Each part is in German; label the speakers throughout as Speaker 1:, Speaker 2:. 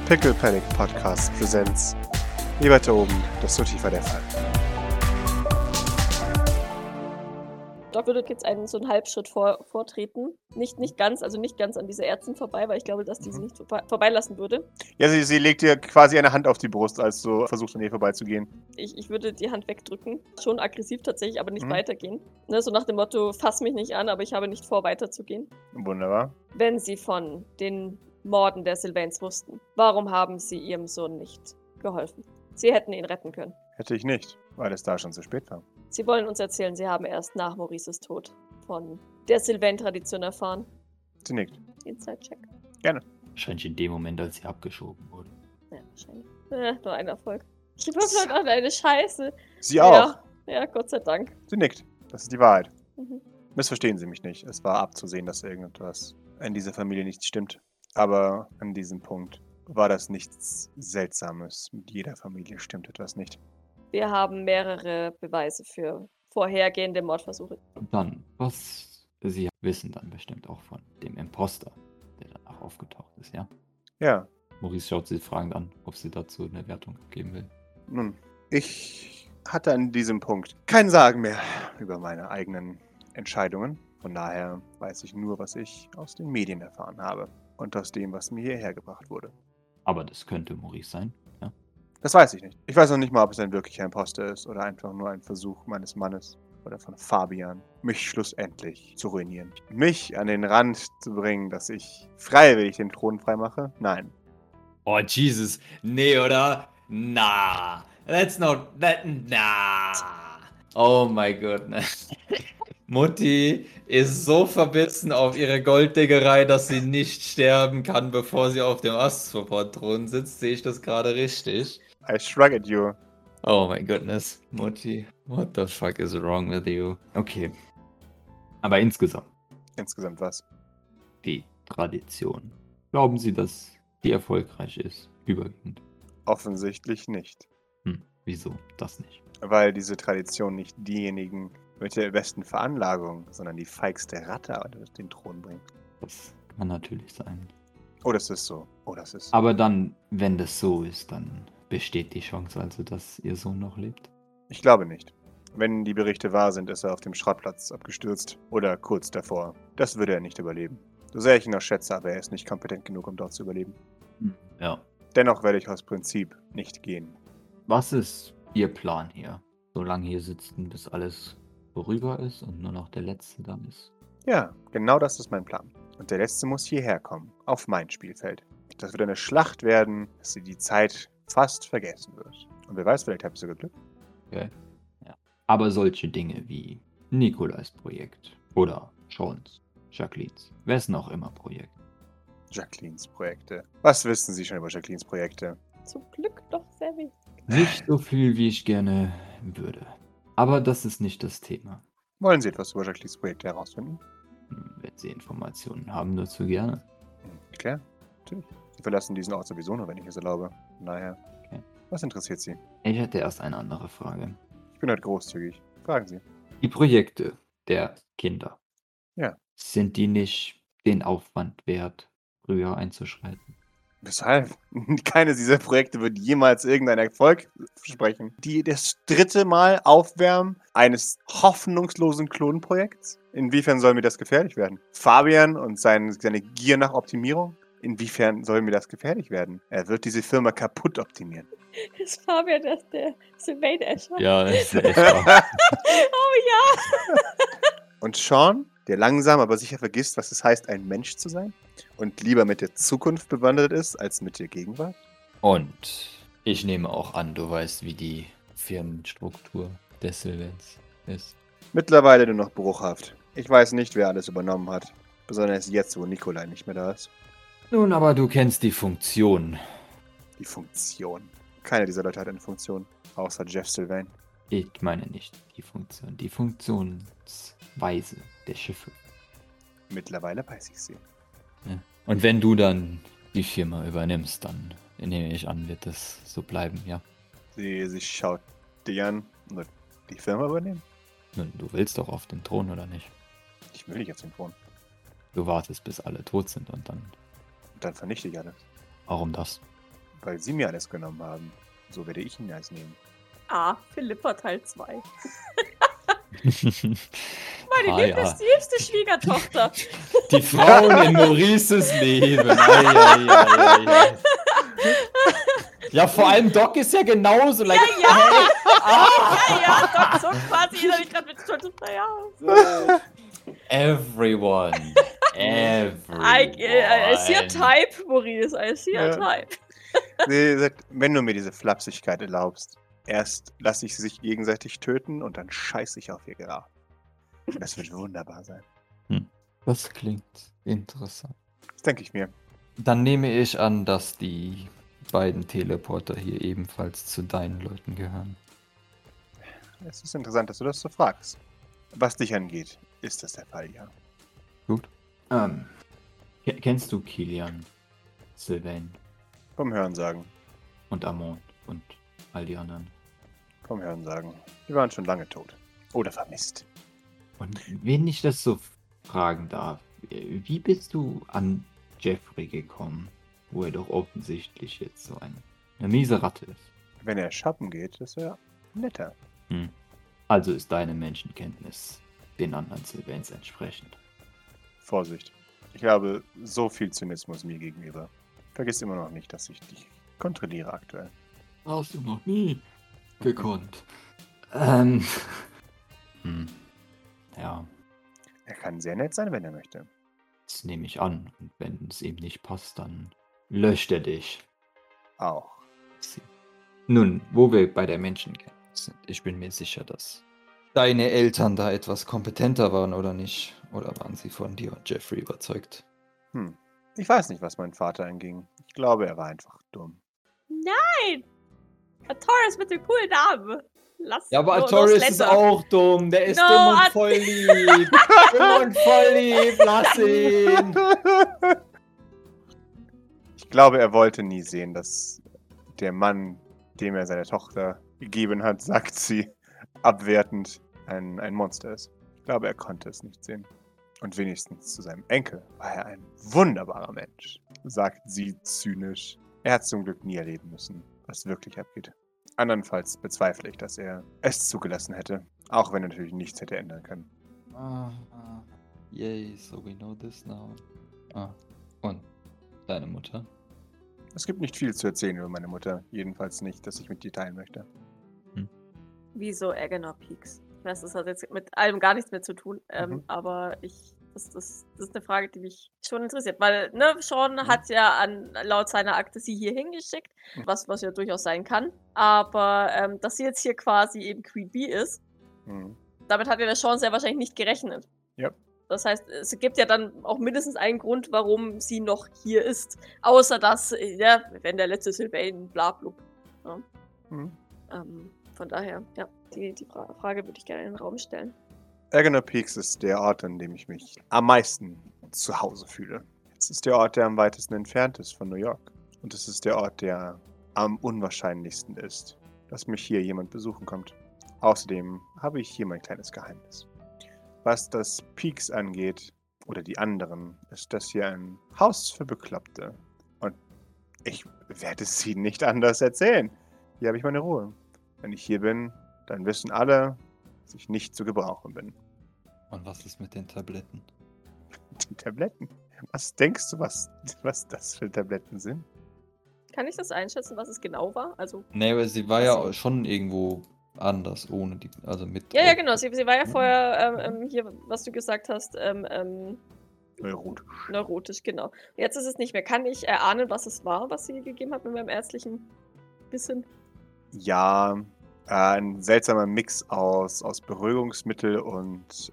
Speaker 1: Pickle Panic Podcast Presents. Je weiter oben, desto tiefer der Fall.
Speaker 2: Doc würde jetzt so einen Halbschritt vortreten. Nicht ganz an dieser Ärztin vorbei, weil ich glaube, dass die sie nicht vorbeilassen würde.
Speaker 1: Ja, sie legt dir quasi eine Hand auf die Brust, als du versuchst, an ihr vorbeizugehen.
Speaker 2: Ich würde die Hand wegdrücken. Schon aggressiv tatsächlich, aber nicht weitergehen. Ne, so nach dem Motto, fass mich nicht an, aber ich habe nicht vor, weiterzugehen.
Speaker 1: Wunderbar.
Speaker 2: Wenn Sie von den Morden der Sylvains wussten, warum haben Sie Ihrem Sohn nicht geholfen? Sie hätten ihn retten können.
Speaker 1: Hätte ich nicht, weil es da schon zu spät war.
Speaker 2: Sie wollen uns erzählen, Sie haben erst nach Maurices Tod von der Sylvain-Tradition erfahren.
Speaker 1: Sie nickt.
Speaker 2: Inside-Check.
Speaker 1: Gerne.
Speaker 3: Wahrscheinlich in dem Moment, als sie abgeschoben wurde.
Speaker 2: Ja, wahrscheinlich. Nur ein Erfolg. Ich würfel halt auch eine Scheiße.
Speaker 1: Sie auch.
Speaker 2: Ja, Gott sei Dank.
Speaker 1: Sie nickt. Das ist die Wahrheit.
Speaker 2: Mhm.
Speaker 1: Missverstehen Sie mich nicht. Es war abzusehen, dass irgendetwas in dieser Familie nicht stimmt. Aber an diesem Punkt war das nichts Seltsames. Mit jeder Familie stimmt etwas nicht.
Speaker 2: Wir haben mehrere Beweise für vorhergehende Mordversuche.
Speaker 3: Und dann, was Sie wissen dann bestimmt auch von dem Imposter, der danach aufgetaucht ist, ja?
Speaker 1: Ja,
Speaker 3: Maurice schaut sie fragend an, ob sie dazu eine Wertung geben will.
Speaker 1: nun, ich hatte an diesem Punkt kein Sagen mehr über meine eigenen Entscheidungen. Von daher weiß ich nur, was ich aus den Medien erfahren habe und aus dem, was mir hierher gebracht wurde.
Speaker 3: Aber das könnte Maurice sein, ja?
Speaker 1: Das weiß ich nicht. Ich weiß noch nicht mal, ob es ein wirklicher Imposter ist oder einfach nur ein Versuch meines Mannes oder von Fabian, mich schlussendlich zu ruinieren. Mich an den Rand zu bringen, dass ich freiwillig den Thron freimache? Nein.
Speaker 3: Oh, Jesus. Nee, oder? Nah. Nah. Oh my goodness. Mutti ist so verbissen auf ihre Golddiggerei, dass sie nicht sterben kann, bevor sie auf dem Astropod-Thron sitzt. Sehe ich das gerade richtig?
Speaker 1: I shrug at you.
Speaker 3: Oh my goodness. Mutti, what the fuck is wrong with you? Okay. Aber insgesamt,
Speaker 1: Insgesamt was?
Speaker 3: die Tradition. Glauben Sie, dass die erfolgreich ist? Überwiegend.
Speaker 1: Offensichtlich nicht.
Speaker 3: Wieso das nicht?
Speaker 1: Weil diese Tradition nicht diejenigen mit der besten Veranlagung, sondern die feigste Ratte auf den Thron bringt.
Speaker 3: Das kann natürlich sein.
Speaker 1: Oh, das ist so. Oh, das ist so.
Speaker 3: Aber dann, wenn das so ist, dann besteht die Chance also, dass Ihr Sohn noch lebt?
Speaker 1: Ich glaube nicht. Wenn die Berichte wahr sind, ist er auf dem Schrottplatz abgestürzt. Oder kurz davor. Das würde er nicht überleben. So sehr ich ihn auch schätze, aber er ist nicht kompetent genug, um dort zu überleben.
Speaker 3: Ja.
Speaker 1: Dennoch werde ich aus Prinzip nicht gehen.
Speaker 3: Was ist Ihr Plan hier? So lange hier sitzen, bis alles vorüber ist und nur noch der Letzte dann ist?
Speaker 1: Ja, genau das ist mein Plan. Und der Letzte muss hierher kommen, auf mein Spielfeld. Das wird eine Schlacht werden, dass sie die Zeit fast vergessen wird. Und wer weiß, vielleicht habe ich sogar Glück.
Speaker 3: Okay. Ja. Aber solche Dinge wie Nikolais Projekt oder Sean's, Jacquelines, wessen auch immer Projekt.
Speaker 1: Jacquelines Projekte. Was wissen Sie schon über Jacquelines Projekte?
Speaker 2: Zum Glück doch sehr wenig.
Speaker 3: Nicht so viel, wie ich gerne würde. Aber das ist nicht das Thema.
Speaker 1: Wollen Sie etwas über Jacquelines Projekte herausfinden?
Speaker 3: Wenn Sie Informationen haben, nur zu gerne.
Speaker 1: Klar, natürlich. Sie verlassen diesen Ort sowieso nur, wenn ich es erlaube. Von daher,
Speaker 3: Okay.
Speaker 1: Was interessiert Sie?
Speaker 3: Ich hätte erst eine andere Frage.
Speaker 1: Ich bin heute großzügig. Fragen Sie.
Speaker 3: Die Projekte der Kinder.
Speaker 1: Ja.
Speaker 3: Sind die nicht den Aufwand wert, früher einzuschreiten?
Speaker 1: Weshalb? Keines dieser Projekte wird jemals irgendeinen Erfolg versprechen. Das dritte Mal Aufwärmen eines hoffnungslosen Klonprojekts? Inwiefern soll mir das gefährlich werden? Fabian und seine Gier nach Optimierung? Inwiefern soll mir das gefährlich werden? Er wird diese Firma kaputt optimieren.
Speaker 2: Ist Fabian der Sylvain Escher?
Speaker 3: Ja, ist echt.
Speaker 2: Oh ja!
Speaker 1: Und Sean, der langsam aber sicher vergisst, was es heißt, ein Mensch zu sein? Und lieber mit der Zukunft bewandert ist, als mit der Gegenwart?
Speaker 3: Und ich nehme auch an, du weißt, wie die Firmenstruktur des Sylvains ist.
Speaker 1: Mittlerweile nur noch bruchhaft. Ich weiß nicht, wer alles übernommen hat. Besonders jetzt, wo Nikolai nicht mehr da ist.
Speaker 3: Nun, aber du kennst die Funktion.
Speaker 1: Die Funktion. Keiner dieser Leute hat eine Funktion. Außer Jeff Sylvain.
Speaker 3: Ich meine nicht die Funktion. Die Funktionsweise der Schiffe.
Speaker 1: Mittlerweile weiß ich sie.
Speaker 3: Ja. Und wenn du dann die Firma übernimmst, dann nehme ich an, wird das so bleiben, ja?
Speaker 1: Sie schaut dich an und wird die Firma übernehmen.
Speaker 3: Nun, du willst doch auf den Thron, oder nicht?
Speaker 1: Ich will nicht auf den Thron.
Speaker 3: Du wartest, bis alle tot sind und dann...
Speaker 1: Und dann vernichte ich alles.
Speaker 3: Warum das?
Speaker 1: weil sie mir alles genommen haben. So werde ich ihn alles nehmen.
Speaker 2: Philippa Teil 2.
Speaker 4: Ah,
Speaker 2: Meine liebste Schwiegertochter.
Speaker 4: Die Frauen in Maurices Leben. Ei. Ja, vor allem Doc ist ja genauso. Like,
Speaker 2: Ja, Doc so quasi innerlich gerade mit stolz. Naja.
Speaker 4: Everyone.
Speaker 2: I see a type, Maurice. I see a
Speaker 1: Ja.
Speaker 2: type.
Speaker 1: Sie sagt, wenn du mir diese Flapsigkeit erlaubst, erst lasse ich sie sich gegenseitig töten und dann scheiße ich auf ihr Grab. Das wird wunderbar sein.
Speaker 4: Das klingt interessant.
Speaker 1: Das denke ich mir.
Speaker 4: Dann nehme ich an, dass die beiden Teleporter hier ebenfalls zu deinen Leuten gehören.
Speaker 1: Es ist interessant, dass du das so fragst. Was dich angeht, ist das der Fall, ja.
Speaker 4: Gut. Kennst du Kilian, Sylvain
Speaker 1: Vom Hörensagen.
Speaker 4: und Amon und all die anderen?
Speaker 1: Vom Hörensagen. Die waren schon lange tot. Oder vermisst.
Speaker 4: Und wenn ich das so fragen darf, wie bist du an Jeffrey gekommen, wo er doch offensichtlich jetzt so eine miese Ratte ist?
Speaker 1: Wenn er shoppen geht, ist er netter.
Speaker 4: Also ist deine Menschenkenntnis den anderen Sylvains entsprechend.
Speaker 1: Vorsicht. Ich habe so viel Zynismus mir gegenüber. Vergiss immer noch nicht, dass ich dich kontrolliere aktuell.
Speaker 4: Hast du noch nie gekonnt. Ja,
Speaker 1: Er kann sehr nett sein, wenn er möchte.
Speaker 4: das nehme ich an. Und wenn es ihm nicht passt, dann löscht er dich.
Speaker 1: Auch.
Speaker 4: Nun, wo wir bei der Menschenkenntnis sind, ich bin mir sicher, dass deine Eltern da etwas kompetenter waren oder nicht. Oder waren sie von dir und Jeffrey überzeugt?
Speaker 1: Ich weiß nicht, was mein Vater anging. Ich glaube, er war einfach dumm.
Speaker 2: Nein! Taurus mit dem coolen Namen. Lass
Speaker 4: Ja, aber
Speaker 2: no
Speaker 4: Artorius ist
Speaker 2: Slender.
Speaker 4: auch dumm. Der ist
Speaker 2: No,
Speaker 4: dumm und
Speaker 2: Ar-
Speaker 4: voll lieb. Dumm und voll lieb. Lass ihn.
Speaker 1: Ich glaube, er wollte nie sehen, dass der Mann, dem er seine Tochter gegeben hat, sagt sie abwertend, ein Monster ist. Ich glaube, er konnte es nicht sehen. Und wenigstens zu seinem Enkel war er ein wunderbarer Mensch, sagt sie zynisch. Er hat zum Glück nie erleben müssen, was wirklich abgeht. Andernfalls bezweifle ich, dass er es zugelassen hätte, auch wenn er natürlich nichts hätte ändern können.
Speaker 4: Yay, so we know this now. Und deine Mutter?
Speaker 1: Es gibt nicht viel zu erzählen über meine Mutter, jedenfalls nicht, dass ich mit dir teilen möchte.
Speaker 2: Wieso Agenor Peaks? Ich weiß, das hat jetzt mit allem gar nichts mehr zu tun, aber das ist eine Frage, die mich schon interessiert, weil, ne, Sean hat ja laut seiner Akte sie hier hingeschickt, was ja durchaus sein kann, aber dass sie jetzt hier quasi eben Queen Bee ist, damit hat ja der Sean sehr wahrscheinlich nicht gerechnet.
Speaker 1: Ja.
Speaker 2: Das heißt, es gibt ja dann auch mindestens einen Grund, warum sie noch hier ist, außer dass, ja, wenn der letzte Sylvain, blablub. Ja. Von daher, ja, die Frage würde ich gerne in den Raum stellen.
Speaker 1: Agenor Peaks ist der Ort, an dem ich mich am meisten zu Hause fühle. Es ist der Ort, der am weitesten entfernt ist von New York. Und es ist der Ort, der am unwahrscheinlichsten ist, dass mich hier jemand besuchen kommt. Außerdem habe ich hier mein kleines Geheimnis. Was das Peaks angeht, oder die anderen, ist das hier ein Haus für Bekloppte. Und ich werde es ihnen nicht anders erzählen. Hier habe ich meine Ruhe. Wenn ich hier bin, dann wissen alle, dass ich nicht zu gebrauchen bin.
Speaker 4: Und was ist mit den Tabletten?
Speaker 1: Die Tabletten? Was denkst du, was das für Tabletten sind?
Speaker 2: Kann ich das einschätzen, was es genau war? Also,
Speaker 4: Nee, aber sie war
Speaker 2: Ach so.
Speaker 4: ja schon irgendwo anders, ohne die, also mit...
Speaker 2: ja, genau. Sie war ja vorher hier, was du gesagt hast,
Speaker 1: Neurotisch.
Speaker 2: neurotisch, genau. Jetzt ist es nicht mehr. Kann ich erahnen, was es war, was sie gegeben hat mit meinem ärztlichen Wissen?
Speaker 1: Ja, ein seltsamer Mix aus Beruhigungsmittel und so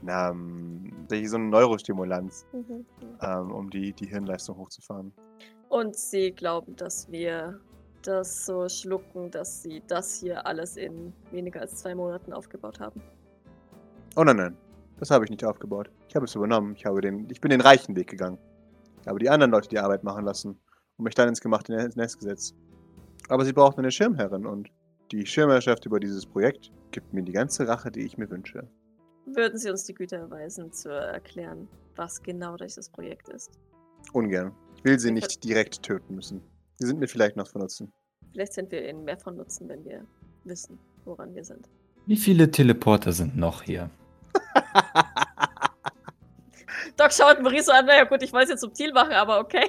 Speaker 1: eine Neurostimulanz, um die Hirnleistung hochzufahren.
Speaker 2: Und sie glauben, dass wir das so schlucken, dass sie das hier alles in weniger als 2 Monaten aufgebaut haben.
Speaker 1: Oh nein, das habe ich nicht aufgebaut. Ich habe es übernommen. Ich bin den reichen Weg gegangen. Ich habe die anderen Leute die Arbeit machen lassen und mich dann ins gemachte Nest gesetzt. Aber sie brauchten eine Schirmherrin und die Schirmherrschaft über dieses Projekt gibt mir die ganze Rache, die ich mir wünsche.
Speaker 2: Würden Sie uns die Güte erweisen, zu erklären, was genau dieses Projekt ist?
Speaker 1: Ungern. Ich will sie nicht direkt töten müssen. Die sind mir vielleicht noch von Nutzen.
Speaker 2: Vielleicht sind wir ihnen mehr von Nutzen, wenn wir wissen, woran wir sind.
Speaker 4: Wie viele Teleporter sind noch hier?
Speaker 2: Doc schaut Maurice so an, naja gut, ich wollte es jetzt subtil machen, aber okay.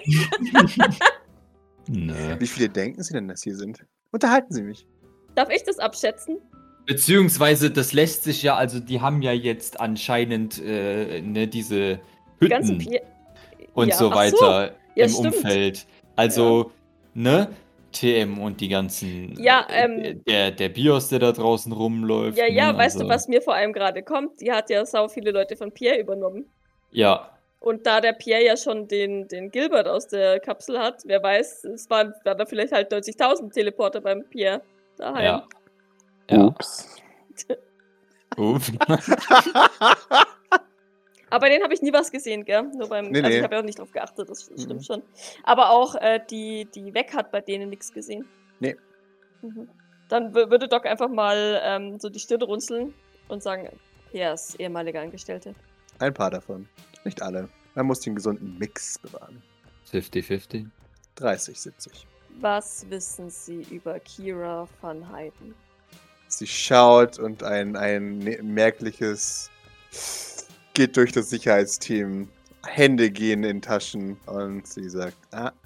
Speaker 4: Nö.
Speaker 1: Wie viele denken Sie denn, dass hier sind? Unterhalten Sie mich.
Speaker 2: Darf ich das abschätzen?
Speaker 4: Beziehungsweise, das lässt sich ja, also die haben ja jetzt anscheinend diese
Speaker 2: Die ganzen
Speaker 4: Hütten
Speaker 2: Pier
Speaker 4: und
Speaker 2: Ja,
Speaker 4: so
Speaker 2: ach
Speaker 4: weiter
Speaker 2: Ja,
Speaker 4: im
Speaker 2: stimmt.
Speaker 4: Umfeld. Also, TM und die ganzen,
Speaker 2: Ja,
Speaker 4: der BIOS, der da draußen rumläuft.
Speaker 2: Ja,
Speaker 4: ne?
Speaker 2: weißt du,
Speaker 4: Also,
Speaker 2: was mir vor allem gerade kommt? Die hat ja sau viele Leute von Pierre übernommen.
Speaker 4: Ja,
Speaker 2: Und da der Pierre ja schon den Gilbert aus der Kapsel hat, wer weiß, waren da vielleicht halt 90.000 Teleporter beim Pierre daheim.
Speaker 4: ja.
Speaker 5: Ups.
Speaker 4: Uff.
Speaker 2: Aber den habe ich nie was gesehen, gell? Nur beim,
Speaker 1: Nee,
Speaker 2: also
Speaker 1: nee.
Speaker 2: ich habe ja auch nicht drauf geachtet, das stimmt
Speaker 1: Mhm.
Speaker 2: schon. Aber auch die Weg hat bei denen nichts gesehen.
Speaker 1: Nee.
Speaker 2: Mhm. Dann würde Doc einfach mal so die Stirn runzeln und sagen, Pierres ehemalige Angestellte.
Speaker 1: Ein paar davon. Nicht alle. Man muss den gesunden Mix bewahren.
Speaker 4: 50-50.
Speaker 1: 30-70.
Speaker 2: Was wissen Sie über Kira van Heiden?
Speaker 1: Sie schaut und ein merkliches geht durch das Sicherheitsteam. Hände gehen in Taschen und sie sagt,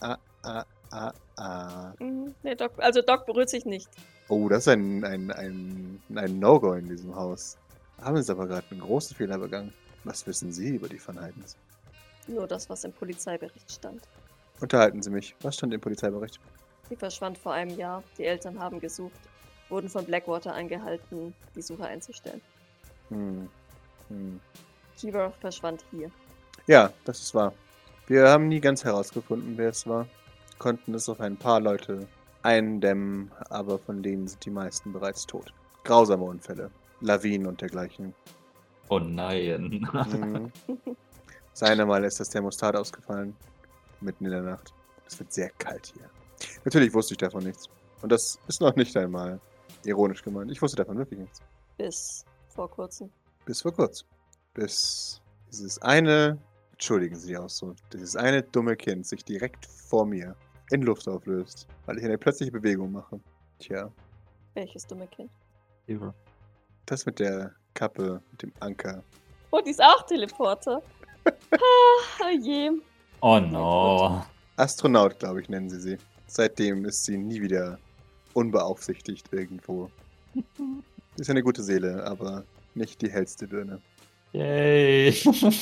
Speaker 2: Nee, Doc berührt sich nicht.
Speaker 1: Oh, das ist ein No-Go in diesem Haus. Haben Sie aber gerade einen großen Fehler begangen. Was wissen Sie über die Van Heidens?
Speaker 2: Nur das, was im Polizeibericht stand.
Speaker 1: Unterhalten Sie mich. Was stand im Polizeibericht?
Speaker 2: Sie verschwand vor einem Jahr. Die Eltern haben gesucht, wurden von Blackwater angehalten, die Suche einzustellen. Kira verschwand hier.
Speaker 1: Ja, das ist wahr. Wir haben nie ganz herausgefunden, wer es war. Konnten es auf ein paar Leute eindämmen, aber von denen sind die meisten bereits tot. Grausame Unfälle, Lawinen und dergleichen.
Speaker 4: Oh nein.
Speaker 1: Mhm. Das eine Mal ist das Thermostat ausgefallen, mitten in der Nacht. Es wird sehr kalt hier. Natürlich wusste ich davon nichts. Und das ist noch nicht einmal ironisch gemeint. Ich wusste davon wirklich nichts.
Speaker 2: Bis vor kurzem.
Speaker 1: Bis vor kurzem. Bis dieses eine, entschuldigen Sie die Ausdruck, dieses eine dumme Kind sich direkt vor mir in Luft auflöst, weil ich eine plötzliche Bewegung mache. Tja,
Speaker 2: Welches dumme Kind?
Speaker 1: das mit der Kappe, mit dem Anker.
Speaker 2: Oh, die ist auch Teleporter. Oh je.
Speaker 4: Oh no.
Speaker 1: Astronaut, glaube ich, nennen sie sie. Seitdem ist sie nie wieder unbeaufsichtigt irgendwo. Sie ist eine gute Seele, aber nicht die hellste Birne.
Speaker 4: Yay.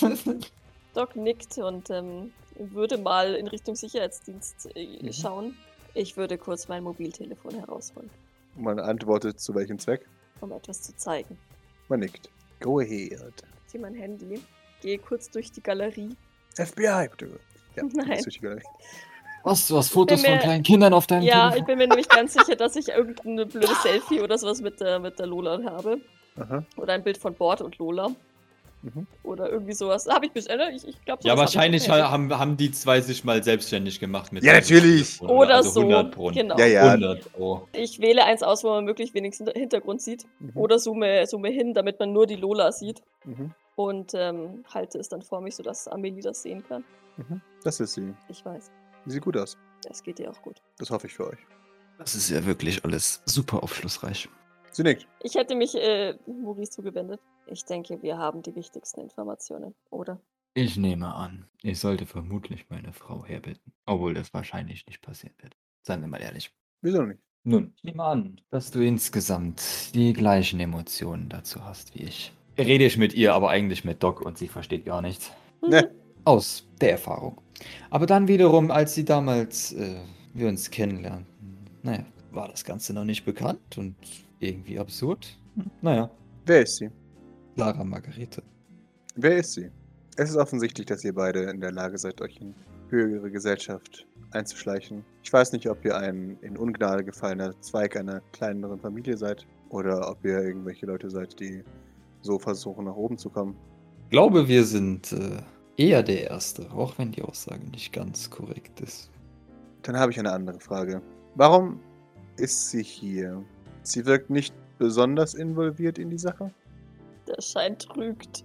Speaker 2: Doc nickt und würde mal in Richtung Sicherheitsdienst schauen. Ich würde kurz mein Mobiltelefon herausholen,
Speaker 1: Man antwortet, zu welchem Zweck?
Speaker 2: um etwas zu zeigen.
Speaker 1: Man nickt. Go ahead.
Speaker 2: Ich ziehe mein Handy, gehe kurz durch die Galerie.
Speaker 1: FBI, bitte. Ja, du
Speaker 2: Nein.
Speaker 1: bist durch die Galerie.
Speaker 4: Was? Du hast Fotos
Speaker 2: bin
Speaker 4: von
Speaker 2: mir-
Speaker 4: kleinen Kindern auf deinem
Speaker 2: Ja, ich
Speaker 4: Telefon?
Speaker 2: bin mir nämlich ganz sicher, dass ich irgendein blödes Selfie oder sowas mit der Lola habe.
Speaker 1: Aha.
Speaker 2: Oder ein Bild von Bord und Lola.
Speaker 1: Mhm.
Speaker 2: Oder irgendwie sowas. Habe ich bestimmt. Ich glaube,
Speaker 4: Ja, wahrscheinlich haben die zwei sich mal selbstständig gemacht mit
Speaker 1: Ja,
Speaker 4: dem
Speaker 1: natürlich.
Speaker 4: Telefon,
Speaker 2: Oder
Speaker 4: also
Speaker 2: so.
Speaker 4: 100 Pro.
Speaker 2: Genau.
Speaker 1: Ja, ja.
Speaker 4: 100 Pro.
Speaker 2: Ich wähle eins aus, wo man möglichst wenig Hintergrund sieht.
Speaker 1: Mhm.
Speaker 2: Oder zoome hin, damit man nur die Lola sieht.
Speaker 1: Mhm.
Speaker 2: Und halte es dann vor mich, sodass Amelie das sehen kann.
Speaker 1: Mhm. Das ist sie.
Speaker 2: Ich weiß.
Speaker 1: Die sieht gut aus.
Speaker 2: Das geht dir auch gut.
Speaker 1: Das hoffe ich für euch.
Speaker 4: Das ist ja wirklich alles super aufschlussreich.
Speaker 1: Sie nickt.
Speaker 2: Ich hätte mich Maurice zugewendet. Ich denke, wir haben die wichtigsten Informationen, oder?
Speaker 4: Ich nehme an, ich sollte vermutlich meine Frau herbitten. Obwohl das wahrscheinlich nicht passieren wird. Seien wir mal ehrlich.
Speaker 1: Wieso nicht?
Speaker 4: Nun, ich nehme an, dass du insgesamt die gleichen Emotionen dazu hast wie ich. Rede ich mit ihr, aber eigentlich mit Doc und sie versteht gar nichts.
Speaker 1: Ne.
Speaker 4: Aus der Erfahrung. Aber dann wiederum, als sie damals wir uns kennenlernten, naja, war das Ganze noch nicht bekannt und irgendwie absurd. Naja,
Speaker 1: Wer ist sie?
Speaker 4: Lara Margarete.
Speaker 1: Wer ist sie? Es ist offensichtlich, dass ihr beide in der Lage seid, euch in höhere Gesellschaft einzuschleichen. Ich weiß nicht, ob ihr ein in Ungnade gefallener Zweig einer kleineren Familie seid oder ob ihr irgendwelche Leute seid, die so versuchen, nach oben zu kommen.
Speaker 4: Ich glaube, wir sind eher der Erste, auch wenn die Aussage nicht ganz korrekt ist.
Speaker 1: Dann habe ich eine andere Frage. Warum ist sie hier? Sie wirkt nicht besonders involviert in die Sache?
Speaker 2: Der Schein trügt.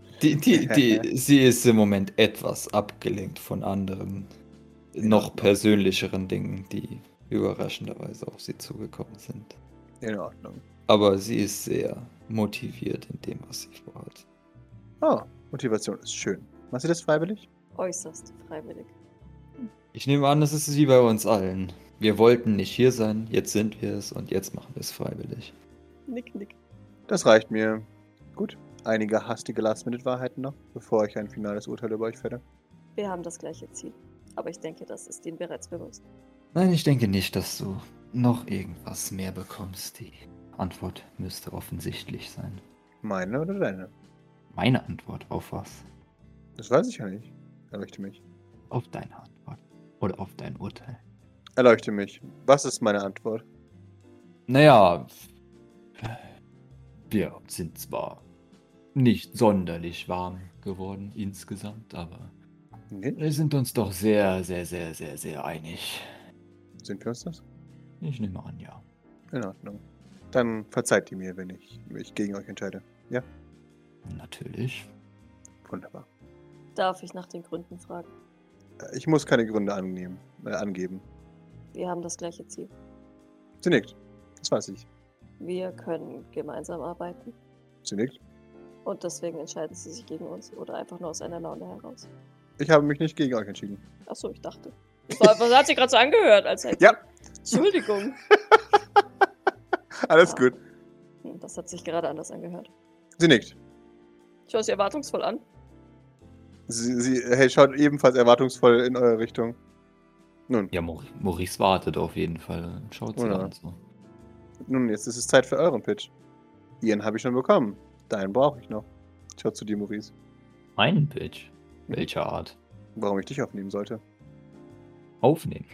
Speaker 4: Sie ist im Moment etwas abgelenkt von anderen, noch persönlicheren Dingen, die überraschenderweise auf sie zugekommen sind.
Speaker 1: In Ordnung.
Speaker 4: Aber sie ist sehr motiviert in dem, was sie vorhat.
Speaker 1: Oh, Motivation ist schön. Machst du das freiwillig?
Speaker 2: Äußerst freiwillig.
Speaker 4: Ich nehme an, es ist wie bei uns allen. Wir wollten nicht hier sein, jetzt sind wir es und jetzt machen wir es freiwillig.
Speaker 2: Nick, nick.
Speaker 1: Das reicht mir. Gut. Einige hastige Last-Minute-Wahrheiten noch, bevor ich ein finales Urteil über euch fälle.
Speaker 2: Wir haben das gleiche Ziel. Aber ich denke, das ist Ihnen bereits bewusst.
Speaker 4: Nein, ich denke nicht, dass du noch irgendwas mehr bekommst. Die Antwort müsste offensichtlich sein.
Speaker 1: Meine oder deine?
Speaker 4: Meine Antwort auf was?
Speaker 1: Das weiß ich ja nicht. Erleuchte mich.
Speaker 4: Auf deine Antwort. Oder auf dein Urteil.
Speaker 1: Erleuchte mich. Was ist meine Antwort?
Speaker 4: Naja, wir sind zwar nicht sonderlich warm geworden insgesamt, aber
Speaker 1: Nee?
Speaker 4: wir sind uns doch sehr, sehr, sehr, sehr, sehr einig.
Speaker 1: Sind wir uns das?
Speaker 4: Ich nehme an, ja.
Speaker 1: In Ordnung. Dann verzeiht ihr mir, wenn ich mich gegen euch entscheide. Ja?
Speaker 4: Natürlich.
Speaker 1: Wunderbar.
Speaker 2: Darf ich nach den Gründen fragen?
Speaker 1: Ich muss keine Gründe angeben.
Speaker 2: Wir haben das gleiche Ziel.
Speaker 1: Sie nickt. Das weiß ich.
Speaker 2: Wir können gemeinsam arbeiten.
Speaker 1: Sie nickt.
Speaker 2: Und deswegen entscheiden Sie sich gegen uns. Oder einfach nur aus einer Laune heraus.
Speaker 1: Ich habe mich nicht gegen euch entschieden.
Speaker 2: Achso, ich dachte. Was hat sich gerade so angehört? Als hätte
Speaker 1: Ja.
Speaker 2: Entschuldigung.
Speaker 1: Alles
Speaker 2: Ah.
Speaker 1: gut.
Speaker 2: Das hat sich gerade anders angehört.
Speaker 1: Sie nickt.
Speaker 2: Schau Sie erwartungsvoll an.
Speaker 1: Sie schaut ebenfalls erwartungsvoll in eure Richtung. Nun,
Speaker 4: Ja, Maurice wartet auf jeden Fall und schaut sie
Speaker 1: Ja.
Speaker 4: an. So.
Speaker 1: jetzt ist es Zeit für euren Pitch. Ihren habe ich schon bekommen. Deinen brauche ich noch. Schaut zu dir, Maurice.
Speaker 4: Mein Pitch? Welcher Art?
Speaker 1: Warum ich dich aufnehmen sollte.
Speaker 4: Aufnehmen.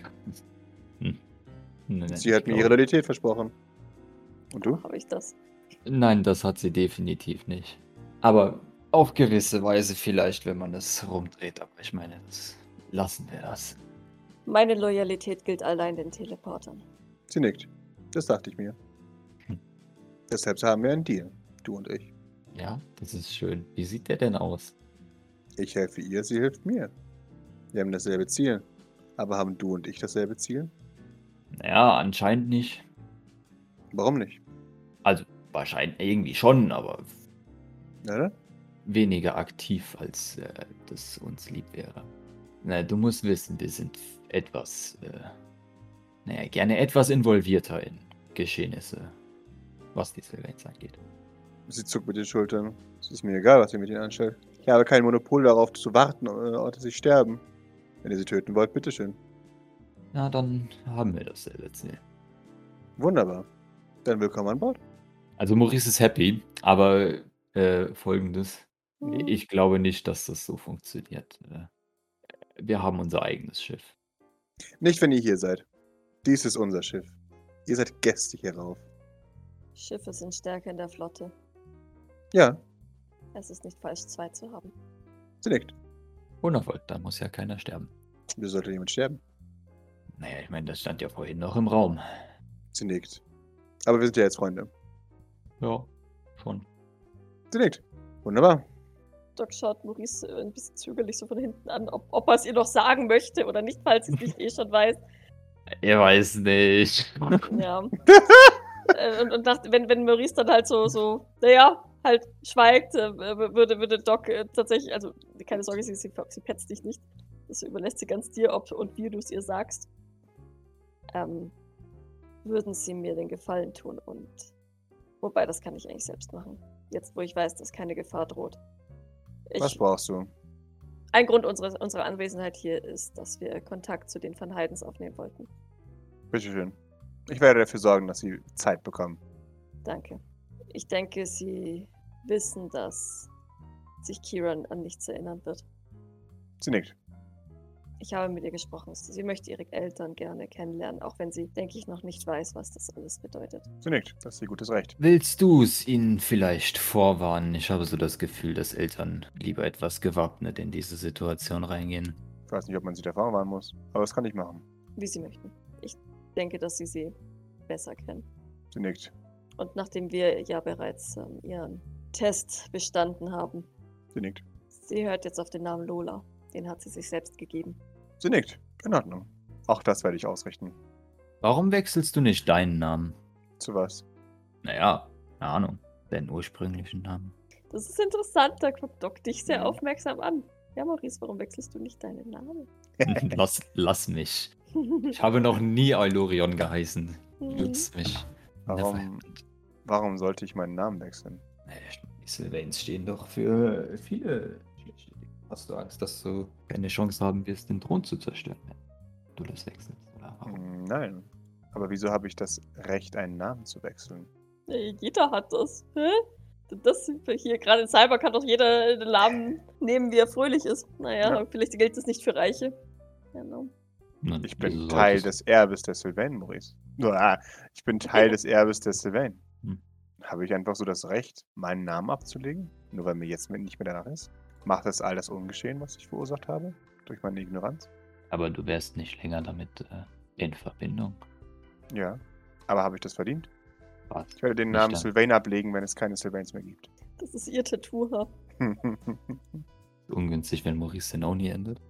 Speaker 4: Nein,
Speaker 1: Sie hat mir ihre Loyalität versprochen. Und du?
Speaker 2: Habe ich das?
Speaker 4: Nein, das hat sie definitiv nicht. Aber auf gewisse Weise vielleicht, wenn man es rumdreht. Aber ich meine, lassen wir das.
Speaker 2: Meine Loyalität gilt allein den Teleportern.
Speaker 1: Sie nickt. Das dachte ich mir.
Speaker 4: Hm.
Speaker 1: Deshalb haben wir einen Deal. Du und ich.
Speaker 4: Ja, das ist schön. Wie sieht der denn aus?
Speaker 1: Ich helfe ihr, sie hilft mir. Wir haben dasselbe Ziel. Aber haben du und ich dasselbe Ziel?
Speaker 4: Naja, anscheinend nicht.
Speaker 1: Warum nicht?
Speaker 4: Also, wahrscheinlich irgendwie schon, aber
Speaker 1: Oder?
Speaker 4: weniger aktiv, als das uns lieb wäre. Na, du musst wissen, wir sind etwas, gerne etwas involvierter in Geschehnisse, was diese Welt angeht.
Speaker 1: Sie zuckt mit den Schultern. Es ist mir egal, was ihr mit ihnen anstellt. Ich habe kein Monopol darauf zu warten, dass sie sterben. Wenn ihr sie töten wollt, bitteschön.
Speaker 4: Na, dann haben wir dasselbe Ziel.
Speaker 1: Wunderbar. Dann willkommen an Bord.
Speaker 4: Also Maurice ist happy, aber Folgendes.
Speaker 2: Hm.
Speaker 4: Ich glaube nicht, dass das so funktioniert. Wir haben unser eigenes Schiff.
Speaker 1: Nicht, wenn ihr hier seid. Dies ist unser Schiff. Ihr seid Gäste hierauf.
Speaker 2: Schiffe sind stärker in der Flotte.
Speaker 1: Ja,
Speaker 2: Es ist nicht falsch, 2 zu haben.
Speaker 1: sie nickt.
Speaker 4: Wundervoll, da muss ja keiner sterben.
Speaker 1: Wieso sollte jemand sterben?
Speaker 4: Naja, ich meine, das stand ja vorhin noch im Raum.
Speaker 1: Sie nickt. Aber wir sind ja jetzt Freunde.
Speaker 4: Ja, schon.
Speaker 1: Sie nickt. Wunderbar.
Speaker 2: Doc schaut Maurice ein bisschen zögerlich so von hinten an, ob er es ihr noch sagen möchte oder nicht, falls sie es nicht eh schon weiß.
Speaker 4: Ich weiß nicht.
Speaker 2: Ja. Und dachte, wenn Maurice dann halt so, naja, halt schweigt, würde Doc tatsächlich, also keine Sorge, sie petzt dich nicht. Das überlässt sie ganz dir, ob und wie du es ihr sagst. Würden sie mir den Gefallen tun und wobei, das kann ich eigentlich selbst machen. Jetzt, wo ich weiß, dass keine Gefahr droht.
Speaker 1: Was brauchst du?
Speaker 2: Ein Grund unserer Anwesenheit hier ist, dass wir Kontakt zu den Van Heidens aufnehmen wollten.
Speaker 1: Bitteschön. Ich werde dafür sorgen, dass sie Zeit bekommen.
Speaker 2: Danke. Ich denke, Sie wissen, dass sich Kieran an nichts erinnern wird.
Speaker 1: Sie nickt.
Speaker 2: Ich habe mit ihr gesprochen. Sie möchte ihre Eltern gerne kennenlernen, auch wenn sie, denke ich, noch nicht weiß, was das alles bedeutet.
Speaker 1: Sie nickt. Das ist ihr gutes Recht.
Speaker 4: Willst du es ihnen vielleicht vorwarnen? Ich habe so das Gefühl, dass Eltern lieber etwas gewappnet in diese Situation reingehen.
Speaker 1: Ich weiß nicht, ob man sie davor warnen muss. Aber das kann ich machen.
Speaker 2: Wie sie möchten. Ich denke, dass sie besser kennen.
Speaker 1: Sie nickt.
Speaker 2: Und nachdem wir ja bereits ihren Test bestanden haben,
Speaker 1: Sie nickt.
Speaker 2: sie hört jetzt auf den Namen Lola. Den hat sie sich selbst gegeben.
Speaker 1: Sie nickt. In Ordnung. Auch das werde ich ausrichten.
Speaker 4: Warum wechselst du nicht deinen Namen?
Speaker 1: Zu was?
Speaker 4: Naja, keine Ahnung, deinen ursprünglichen Namen.
Speaker 2: Das ist interessant, da guckt Doc dich sehr aufmerksam an. Ja, Maurice, warum wechselst du nicht deinen Namen?
Speaker 4: Lass mich. Ich habe noch nie Eulurion geheißen. Nutz mich.
Speaker 1: Warum sollte ich meinen Namen wechseln?
Speaker 4: Die Sylvains stehen doch für viele schlechte Dinge. Hast du Angst, dass du keine Chance haben wirst, den Thron zu zerstören, wenn du das wechselst? Oder warum?
Speaker 1: Nein. Aber wieso habe ich das Recht, einen Namen zu wechseln?
Speaker 2: Jeder hat das. Hä? Das hier, gerade in Cyber kann doch jeder den Namen nehmen, wie er fröhlich ist. Naja,
Speaker 1: Ja.
Speaker 2: Vielleicht gilt das nicht für Reiche. Genau.
Speaker 1: Ich bin Teil des Erbes der Sylvain, Maurice. Ich bin Teil des Erbes der Sylvain. Habe ich einfach so das Recht, meinen Namen abzulegen? Nur weil mir jetzt nicht mehr danach ist? Macht das all das ungeschehen, was ich verursacht habe? Durch meine Ignoranz?
Speaker 4: Aber du wärst nicht länger damit in Verbindung.
Speaker 1: Ja. Aber habe ich das verdient?
Speaker 4: Was?
Speaker 1: Ich werde den
Speaker 4: Nicht
Speaker 1: Namen
Speaker 4: dann.
Speaker 1: Sylvain ablegen, wenn es keine Sylvains mehr gibt.
Speaker 2: Das ist ihr Tattoo. Ha?
Speaker 4: Ungünstig, wenn Maurice den Oni endet.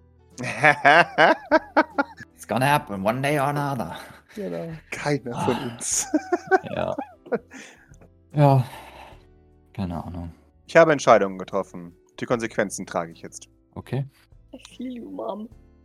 Speaker 4: It's gonna happen, one day or another.
Speaker 1: Genau. Keiner von uns.
Speaker 4: Ja. Ja. Keine Ahnung.
Speaker 1: Ich habe Entscheidungen getroffen. Die Konsequenzen trage ich jetzt.
Speaker 4: Okay.
Speaker 2: I feel you, Mom.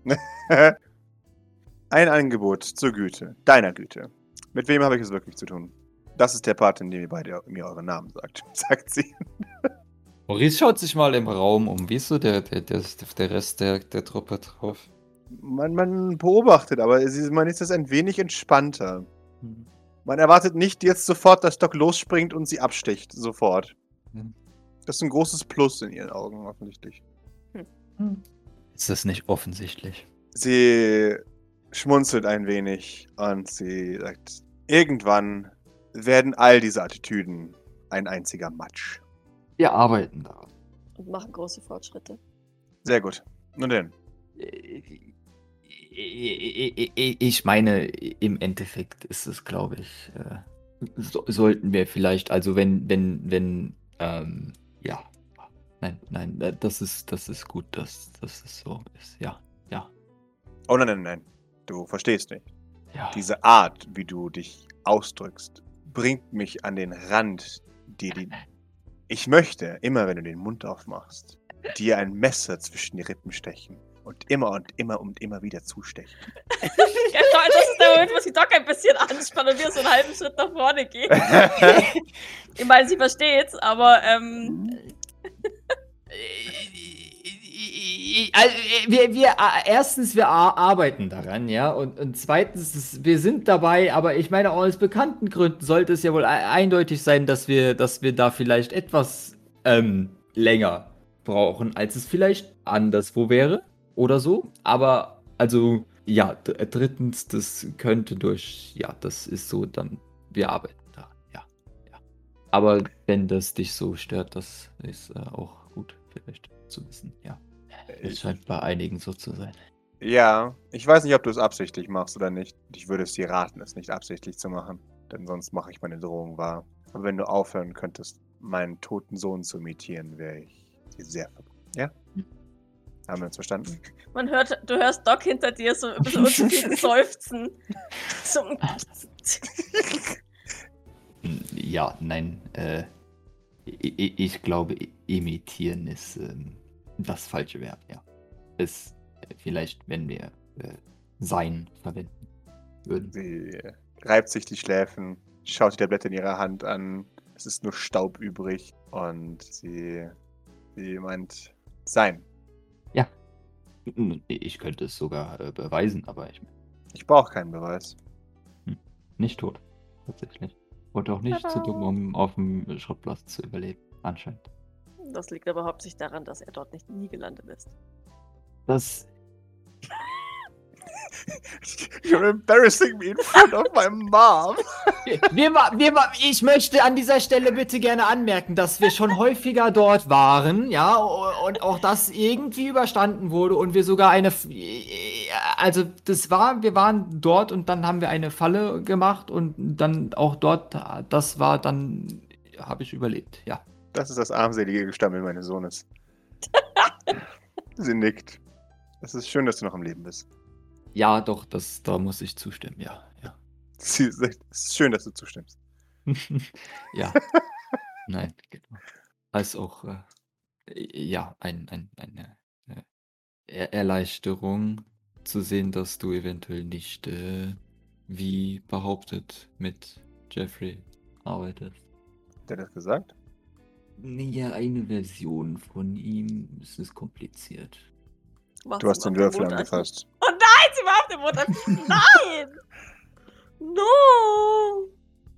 Speaker 1: Ein Angebot zur Güte. Deiner Güte. Mit wem habe ich es wirklich zu tun? Das ist der Part, in dem ihr beide mir euren Namen sagt, sagt sie.
Speaker 4: Maurice schaut sich mal im Raum um. Wie ist so der Rest der Truppe drauf?
Speaker 1: Man beobachtet, aber man ist das ein wenig entspannter. Man erwartet nicht jetzt sofort, dass Doc losspringt und sie absticht. Sofort. Das ist ein großes Plus in ihren Augen, offensichtlich.
Speaker 4: Ist das nicht offensichtlich?
Speaker 1: Sie schmunzelt ein wenig und sie sagt, irgendwann werden all diese Attitüden ein einziger Matsch.
Speaker 4: Wir arbeiten daran.
Speaker 2: Und machen große Fortschritte.
Speaker 1: Sehr gut. Nun denn.
Speaker 4: Ich meine, im Endeffekt ist es, glaube ich, sollten wir vielleicht, also wenn, ja. Nein, das ist gut, dass es so ist, ja.
Speaker 1: Oh nein. Du verstehst nicht.
Speaker 4: Ja.
Speaker 1: Diese Art, wie du dich ausdrückst, bringt mich an den Rand, ich möchte, immer wenn du den Mund aufmachst, dir ein Messer zwischen die Rippen stechen und immer wieder zustechen.
Speaker 2: Ja, das ist der Moment, wo sie Doc ein bisschen anspannt und wir so einen halben Schritt nach vorne gehen. Ich meine, sie versteht's, aber
Speaker 4: Also, erstens, wir arbeiten daran, ja, und zweitens, wir sind dabei, aber ich meine, aus bekannten Gründen sollte es ja wohl eindeutig sein, dass wir da vielleicht etwas länger brauchen, als es vielleicht anderswo wäre oder so. Aber, also, ja, drittens, das könnte das ist so, dann, wir arbeiten daran, ja. Aber wenn das dich so stört, das ist auch gut, vielleicht zu wissen, ja. Es scheint bei einigen so zu sein.
Speaker 1: Ja, ich weiß nicht, ob du es absichtlich machst oder nicht. Ich würde es dir raten, es nicht absichtlich zu machen, denn sonst mache ich meine Drohung wahr. Aber wenn du aufhören könntest, meinen toten Sohn zu imitieren, wäre ich dir sehr verbunden. Ja? Haben wir uns verstanden?
Speaker 2: du hörst Doc hinter dir so ein bisschen unzufrieden seufzen. So,
Speaker 4: Ja, nein, ich glaube, imitieren ist das falsche Verb, ja. Ist vielleicht, wenn wir sein verwenden würden.
Speaker 1: Sie reibt sich die Schläfen, schaut die Tablette in ihrer Hand an. Es ist nur Staub übrig und sie meint, sein.
Speaker 4: Ja. Ich könnte es sogar beweisen, aber
Speaker 1: Ich brauche keinen Beweis.
Speaker 4: nicht tot, tatsächlich. Und auch nicht zu dumm, um auf dem Schrottplatz zu überleben, anscheinend.
Speaker 2: das liegt aber hauptsächlich daran, dass er dort nie gelandet ist.
Speaker 4: Das
Speaker 1: You're embarrassing me in front of my mom.
Speaker 4: Ich möchte an dieser Stelle bitte gerne anmerken, dass wir schon häufiger dort waren, ja, und auch das irgendwie überstanden wurde und wir sogar wir waren dort und dann haben wir eine Falle gemacht und dann auch dort, habe ich überlebt, ja.
Speaker 1: Das ist das armselige Gestammel meines Sohnes. Sie nickt. Es ist schön, dass du noch am Leben bist.
Speaker 4: Ja, doch, da muss ich zustimmen, ja.
Speaker 1: Es ist schön, dass du zustimmst.
Speaker 4: Ja. Nein, genau. Als auch, ja, eine Erleichterung zu sehen, dass du eventuell nicht, wie behauptet, mit Jeffrey arbeitest.
Speaker 1: Hat er das gesagt?
Speaker 4: Ja, eine Version von ihm ist kompliziert.
Speaker 1: Du hast den Würfel angefasst.
Speaker 2: Oh nein, sie war auf dem Mondarchiv. Nein! No!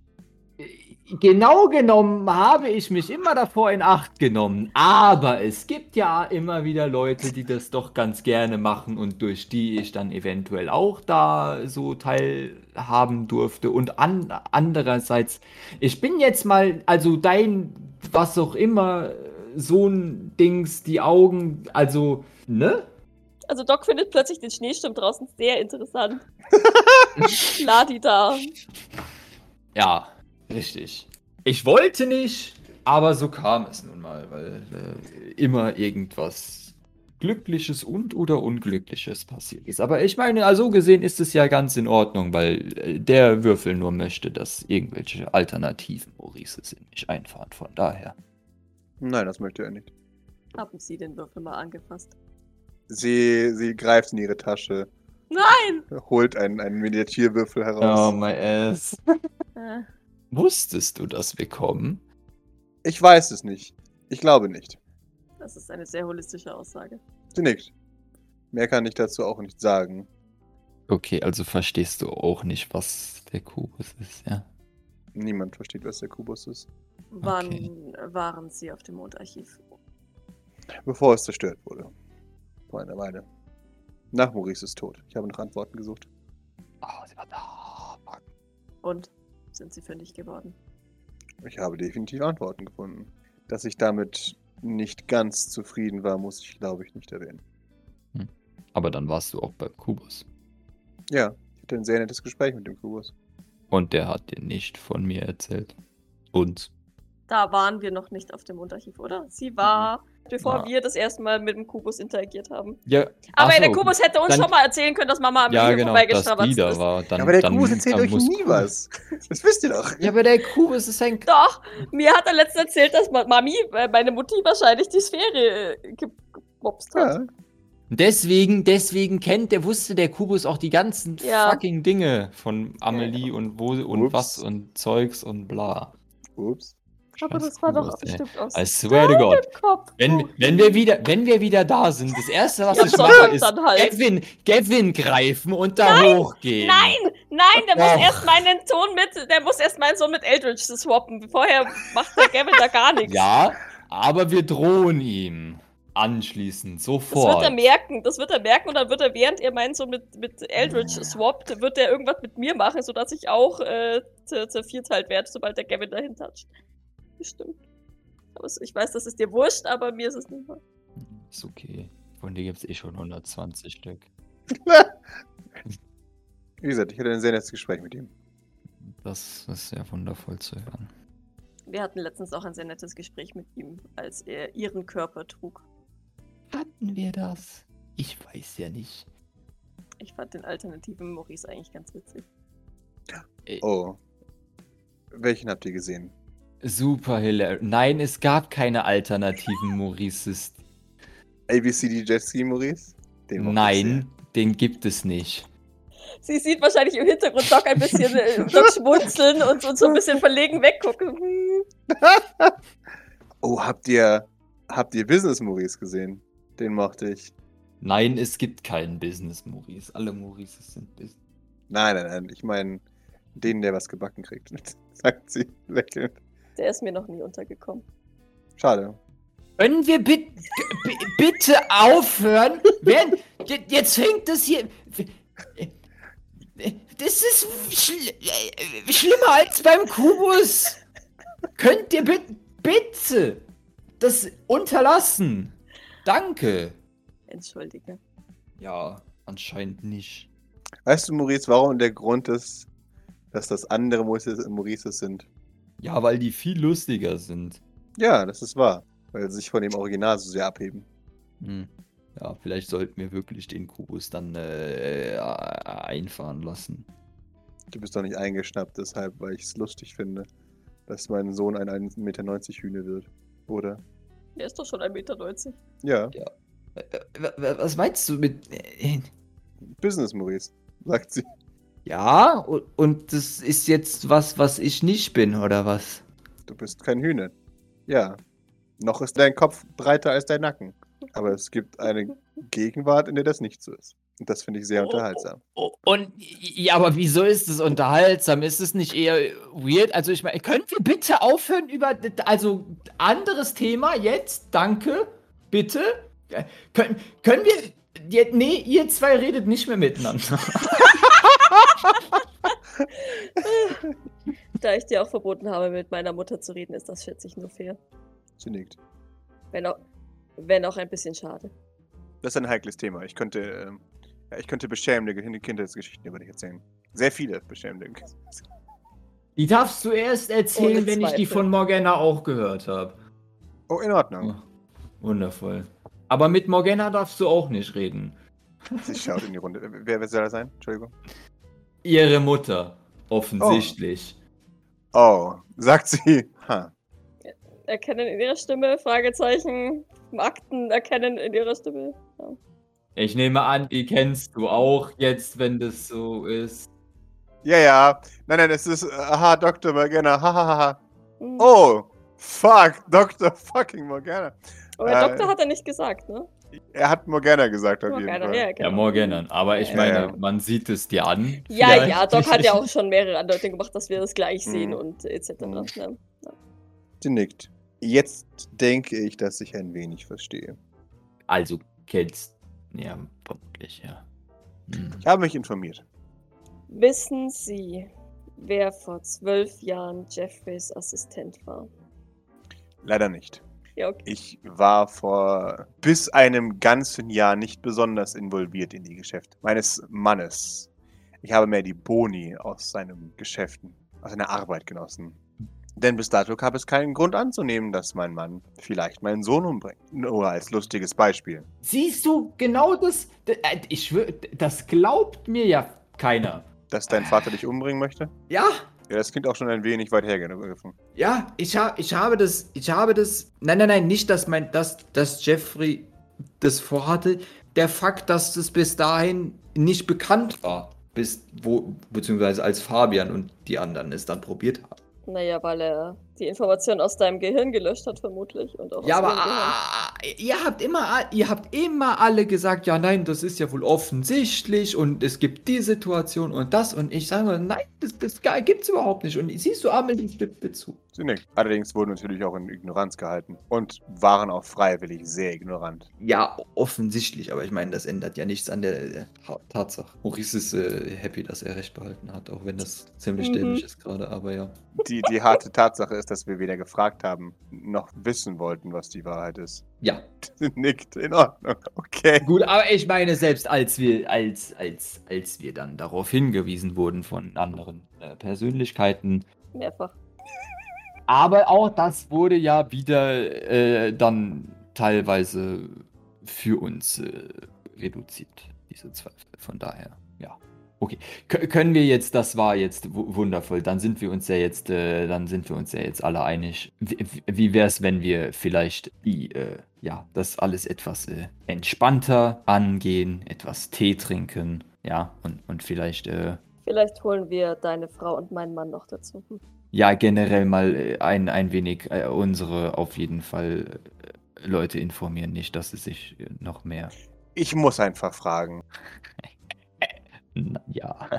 Speaker 4: Genau genommen habe ich mich immer davor in Acht genommen, aber es gibt ja immer wieder Leute, die das doch ganz gerne machen und durch die ich dann eventuell auch da so teilhaben durfte. Und andererseits, ich bin jetzt mal, also dein, was auch immer, so ein Dings, die Augen, also, ne?
Speaker 2: Also Doc findet plötzlich den Schneesturm draußen sehr interessant. Ladi da.
Speaker 4: Ja, richtig. Ich wollte nicht, aber so kam es nun mal, weil immer irgendwas Glückliches und oder Unglückliches passiert ist. Aber ich meine, also gesehen ist es ja ganz in Ordnung, weil der Würfel nur möchte, dass irgendwelche alternativen Maurice sind nicht einfahren. Von daher.
Speaker 1: Nein, das möchte er nicht.
Speaker 2: Haben Sie den Würfel mal angefasst?
Speaker 1: Sie greift in ihre Tasche,
Speaker 2: Nein!
Speaker 1: holt einen Miniaturwürfel heraus.
Speaker 4: Oh my ass.
Speaker 2: Äh,
Speaker 4: Wusstest du, dass wir kommen?
Speaker 1: Ich weiß es nicht. Ich glaube nicht.
Speaker 2: Das ist eine sehr holistische Aussage.
Speaker 1: Sie nickt. Mehr kann ich dazu auch nicht sagen.
Speaker 4: Okay, also verstehst du auch nicht, was der Kubus ist, ja?
Speaker 1: Niemand versteht, was der Kubus ist.
Speaker 2: Wann
Speaker 4: Okay.
Speaker 2: waren Sie auf dem Mondarchiv?
Speaker 1: Bevor es zerstört wurde. Vor einer Weile. Nach Maurices Tod. Ich habe nach Antworten gesucht.
Speaker 4: Oh, sie war da. Fuck.
Speaker 2: Und? Sind Sie fündig geworden?
Speaker 1: Ich habe definitiv Antworten gefunden. Dass ich damit nicht ganz zufrieden war, muss ich, glaube ich, nicht erwähnen.
Speaker 4: Aber dann warst du auch beim Kubus.
Speaker 1: Ja, ich hatte ein sehr nettes Gespräch mit dem Kubus.
Speaker 4: Und der hat dir nicht von mir erzählt. Uns.
Speaker 2: Da waren wir noch nicht auf dem Mondarchiv, oder? Sie war, bevor
Speaker 4: Ah.
Speaker 2: wir das erste Mal mit dem Kubus interagiert haben.
Speaker 4: Ja.
Speaker 2: Aber
Speaker 4: ach so,
Speaker 2: der Kubus hätte uns
Speaker 4: dann-
Speaker 2: schon mal erzählen können, dass Mama am
Speaker 4: Ja,
Speaker 2: hier
Speaker 4: genau, dass die
Speaker 2: vorbeigestrabatzt
Speaker 4: da
Speaker 2: ist.
Speaker 4: war. Dann,
Speaker 1: aber der
Speaker 4: dann,
Speaker 1: Kubus erzählt
Speaker 4: dann
Speaker 1: euch
Speaker 4: muss-
Speaker 1: nie was. Das wisst ihr doch.
Speaker 4: Ja, aber der Kubus ist ein...
Speaker 2: Doch, mir hat er letztens erzählt, dass Mami, meine Mutti wahrscheinlich die Sphäre gemobst hat.
Speaker 1: Ja.
Speaker 4: Deswegen wusste der Kubus auch die ganzen
Speaker 2: Ja.
Speaker 4: fucking Dinge von Amelie und wo und
Speaker 1: Ups.
Speaker 4: was und Zeugs und bla.
Speaker 1: Ups.
Speaker 2: Aber
Speaker 4: Scheiß
Speaker 2: das war doch
Speaker 4: Kubus, ey.
Speaker 2: bestimmt aus
Speaker 4: I swear to God.
Speaker 2: dem Kopf.
Speaker 4: Wenn wir wieder da sind, das erste, was
Speaker 2: Ja,
Speaker 4: ich
Speaker 2: Sonntag
Speaker 4: mache, ist
Speaker 2: dann halt.
Speaker 4: Gavin greifen und da hochgehen.
Speaker 2: Nein, der muss
Speaker 4: Och.
Speaker 2: erst meinen Sohn mit Eldritch swappen. Vorher macht der Gavin da gar nichts.
Speaker 4: Ja, aber wir drohen ihm. Anschließend,
Speaker 2: Das
Speaker 4: sofort.
Speaker 2: wird er merken und dann wird er, während er meinen Sohn mit Eldritch swappt, wird er irgendwas mit mir machen, sodass ich auch zervierteilt werde, sobald der Gavin dahin toucht. Bestimmt. Aber ich weiß, das ist dir wurscht, aber mir ist es nicht wahr.
Speaker 4: Ist okay. Von dir gibt es eh schon 120 Stück.
Speaker 1: Wie gesagt, ich hatte ein sehr nettes Gespräch mit ihm.
Speaker 4: Das ist ja wundervoll zu hören.
Speaker 2: Wir hatten letztens auch ein sehr nettes Gespräch mit ihm, als er ihren Körper trug.
Speaker 4: Hatten wir das? Ich weiß ja nicht.
Speaker 2: Ich fand den alternativen Maurice eigentlich ganz witzig.
Speaker 1: Oh. Welchen habt ihr gesehen?
Speaker 4: Super hilarious. Nein, es gab keine alternativen Maurices.
Speaker 1: ABCDJC Maurice? Den mochte ich
Speaker 4: Nein, den gibt es nicht.
Speaker 2: Sie sieht wahrscheinlich im Hintergrund Doc ein bisschen Doc schmunzeln und so ein bisschen verlegen weggucken.
Speaker 1: sehr. Oh, habt ihr Business Maurice gesehen? Den mochte ich.
Speaker 4: Nein, es gibt keinen Business Maurice. Alle Maurices sind Business.
Speaker 1: Nein. Ich meine, den, der was gebacken kriegt. Sagt sie lächelnd.
Speaker 2: Der ist mir noch nie untergekommen.
Speaker 1: Schade.
Speaker 4: Können wir bitte aufhören? Jetzt fängt das hier. Das ist schlimmer als beim Kubus. Könnt ihr bitte das unterlassen? Danke.
Speaker 2: Entschuldige.
Speaker 4: Ja, anscheinend nicht.
Speaker 1: Weißt du, Maurice, warum der Grund ist, dass das andere Maurices sind?
Speaker 4: Ja, weil die viel lustiger sind.
Speaker 1: Ja, das ist wahr. Weil sie sich von dem Original so sehr abheben.
Speaker 4: Ja, vielleicht sollten wir wirklich den Kubus dann einfahren lassen.
Speaker 1: Du bist doch nicht eingeschnappt, deshalb, weil ich es lustig finde, dass mein Sohn ein 1,90 Meter Hühne wird. Oder?
Speaker 2: Der ist doch schon 1,90 Meter.
Speaker 1: Ja,
Speaker 4: Was meinst du mit.
Speaker 1: Business, Maurice, sagt sie.
Speaker 4: Ja, und das ist jetzt was ich nicht bin, oder was?
Speaker 1: Du bist kein Hühner. Ja. Noch ist dein Kopf breiter als dein Nacken. Aber es gibt eine Gegenwart, in der das nicht so ist. Und das finde ich sehr unterhaltsam.
Speaker 4: Und ja, aber wieso ist es unterhaltsam? Ist es nicht eher weird? Also ich meine, können wir bitte aufhören also anderes Thema jetzt? Danke, bitte. Können wir, nee, ihr zwei redet nicht mehr miteinander.
Speaker 2: Da ich dir auch verboten habe, mit meiner Mutter zu reden, ist das, schätze ich, nur fair.
Speaker 1: Sie nickt.
Speaker 2: Wenn auch ein bisschen schade.
Speaker 1: Das ist ein heikles Thema. Ich könnte beschämende Kindheitsgeschichten über dich erzählen. Sehr viele beschämende.
Speaker 4: Die darfst du erst erzählen,
Speaker 2: Ohne
Speaker 4: wenn ich die
Speaker 2: Zweifel.
Speaker 4: von Morgana auch gehört habe.
Speaker 1: Oh, in Ordnung.
Speaker 4: Wundervoll. Aber mit Morgana darfst du auch nicht reden.
Speaker 1: Sie schaut in die Runde. Wer soll das sein? Entschuldigung.
Speaker 4: Ihre Mutter, offensichtlich.
Speaker 1: Oh, sagt sie. Ha.
Speaker 2: Erkennen in ihrer Stimme, Fragezeichen, Akten erkennen in ihrer Stimme. Ja.
Speaker 4: Ich nehme an, die kennst du auch jetzt, wenn das so ist.
Speaker 1: Ja. Nein, es ist. Aha, Dr. Morgana. Hahaha.
Speaker 2: Hm.
Speaker 1: Oh, fuck. Dr. fucking Morgana.
Speaker 2: Aber der Doktor hat er nicht gesagt, ne?
Speaker 1: Er hat Morgana gesagt, auf jeden
Speaker 2: Morgana,
Speaker 1: Fall.
Speaker 2: ja,
Speaker 4: Ja,
Speaker 2: genau.
Speaker 4: Morgana. Aber ich
Speaker 2: Ja,
Speaker 4: meine,
Speaker 1: ja.
Speaker 4: man sieht es dir an.
Speaker 2: Ja,
Speaker 4: vielleicht.
Speaker 2: Doc hat ja auch schon mehrere Andeutungen gemacht, dass wir das gleich sehen
Speaker 1: Mhm.
Speaker 2: und etc.
Speaker 1: Mhm.
Speaker 2: Ne?
Speaker 1: Sie nickt. Jetzt denke ich, dass ich ein wenig verstehe.
Speaker 4: Also, kennst. Ja, vermutlich, ja. Hm.
Speaker 1: Ich habe mich informiert.
Speaker 2: Wissen Sie, wer vor 12 Jahren Jeffreys Assistent war?
Speaker 1: Leider nicht.
Speaker 2: Ja, okay.
Speaker 1: Ich war vor bis einem ganzen Jahr nicht besonders involviert in die Geschäfte meines Mannes. Ich habe mehr die Boni aus seinen Geschäften, aus seiner Arbeit genossen. Denn bis dato gab es keinen Grund anzunehmen, dass mein Mann vielleicht meinen Sohn umbringt. Nur als lustiges Beispiel.
Speaker 4: Siehst du, genau das. Ich schwör, das glaubt mir ja keiner.
Speaker 1: Dass dein Vater dich umbringen möchte?
Speaker 4: Ja,
Speaker 1: Ja, das klingt auch schon ein wenig weit hergegriffen.
Speaker 4: ja, ich habe das. Nein, nicht, dass Jeffrey das vorhatte. Der Fakt, dass das bis dahin nicht bekannt war. Beziehungsweise als Fabian und die anderen es dann probiert haben.
Speaker 2: Naja, weil er die Information aus deinem Gehirn gelöscht hat, vermutlich. Und auch
Speaker 4: Ja,
Speaker 2: aus
Speaker 4: aber
Speaker 2: ihrem Gehirn.
Speaker 4: ihr habt immer alle gesagt, ja, nein, das ist ja wohl offensichtlich und es gibt die Situation und das und ich sage, nein, das gibt's überhaupt nicht. Und siehst du, Amelie stimmt mir zu.
Speaker 1: Sie nickt. Allerdings wurden natürlich auch in Ignoranz gehalten. Und waren auch freiwillig sehr ignorant.
Speaker 4: Ja, offensichtlich, aber ich meine, das ändert ja nichts an der Tatsache. Maurice ist happy, dass er recht behalten hat, auch wenn das ziemlich dämlich ist gerade, aber ja.
Speaker 1: Die harte Tatsache ist, dass wir weder gefragt haben, noch wissen wollten, was die Wahrheit ist.
Speaker 4: Ja,
Speaker 1: Sie nickt. In Ordnung. Okay.
Speaker 4: gut, aber ich meine, selbst als wir dann darauf hingewiesen wurden von anderen Persönlichkeiten,
Speaker 2: Mehrfach.
Speaker 4: aber auch das wurde ja wieder dann teilweise für uns reduziert, diese Zweifel. Von daher, ja. Okay. Können wir jetzt, das war jetzt wundervoll, dann sind wir uns ja jetzt alle einig. Wie wäre es, wenn wir vielleicht das alles etwas entspannter angehen, etwas Tee trinken, ja, und vielleicht
Speaker 2: Vielleicht holen wir deine Frau und meinen Mann noch dazu.
Speaker 4: ja, generell mal ein wenig unsere auf jeden Fall Leute informieren, nicht, dass sie sich noch mehr.
Speaker 1: Ich muss einfach fragen.
Speaker 4: Ja.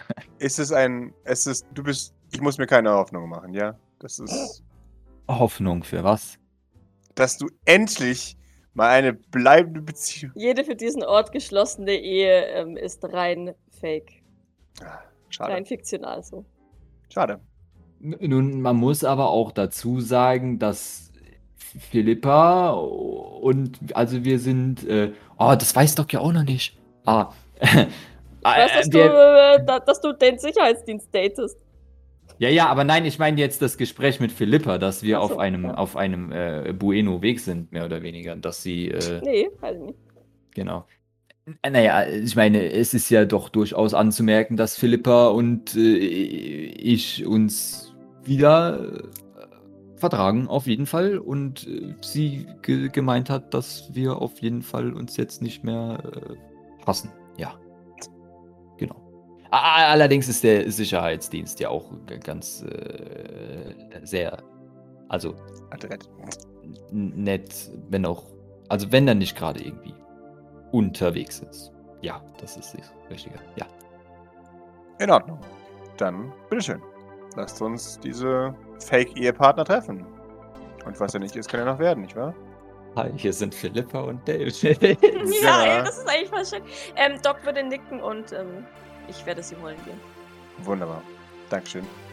Speaker 1: Ich muss mir keine Hoffnung machen, ja? Das ist,
Speaker 4: Hoffnung für was?
Speaker 1: dass du endlich mal eine bleibende Beziehung.
Speaker 2: Jede für diesen Ort geschlossene Ehe ist rein fake.
Speaker 1: Schade.
Speaker 2: Rein fiktional so.
Speaker 1: Schade.
Speaker 4: Nun, man muss aber auch dazu sagen, dass Philippa und also wir sind. Das weiß Doc ja auch noch nicht.
Speaker 2: Ich weiß, dass du den Sicherheitsdienst datest.
Speaker 4: Ja, aber nein, ich meine jetzt das Gespräch mit Philippa, dass wir
Speaker 2: Ach so,
Speaker 4: auf einem Bueno-Weg sind, mehr oder weniger. Dass sie.
Speaker 2: Nee, halt nicht.
Speaker 4: Genau. Naja, ich meine, es ist ja doch durchaus anzumerken, dass Philippa und ich uns wieder vertragen, auf jeden Fall. Und sie gemeint hat, dass wir auf jeden Fall uns jetzt nicht mehr hassen. Ja, genau. Allerdings ist der Sicherheitsdienst ja auch ganz sehr, also
Speaker 1: Adrett.
Speaker 4: nett, wenn auch, also wenn dann nicht gerade irgendwie unterwegs ist. Ja, das ist das Richtige. Ja.
Speaker 1: In Ordnung. Dann, bitteschön. Lasst uns diese Fake-Ehepartner treffen. Und was ja nicht ist, kann ja noch werden, nicht wahr?
Speaker 4: Hi, hier sind Philippa und Dave.
Speaker 2: Ja,
Speaker 1: Ja.
Speaker 2: das ist eigentlich voll schön. Doc würde nicken und ich werde sie holen gehen.
Speaker 1: Wunderbar. Dankeschön.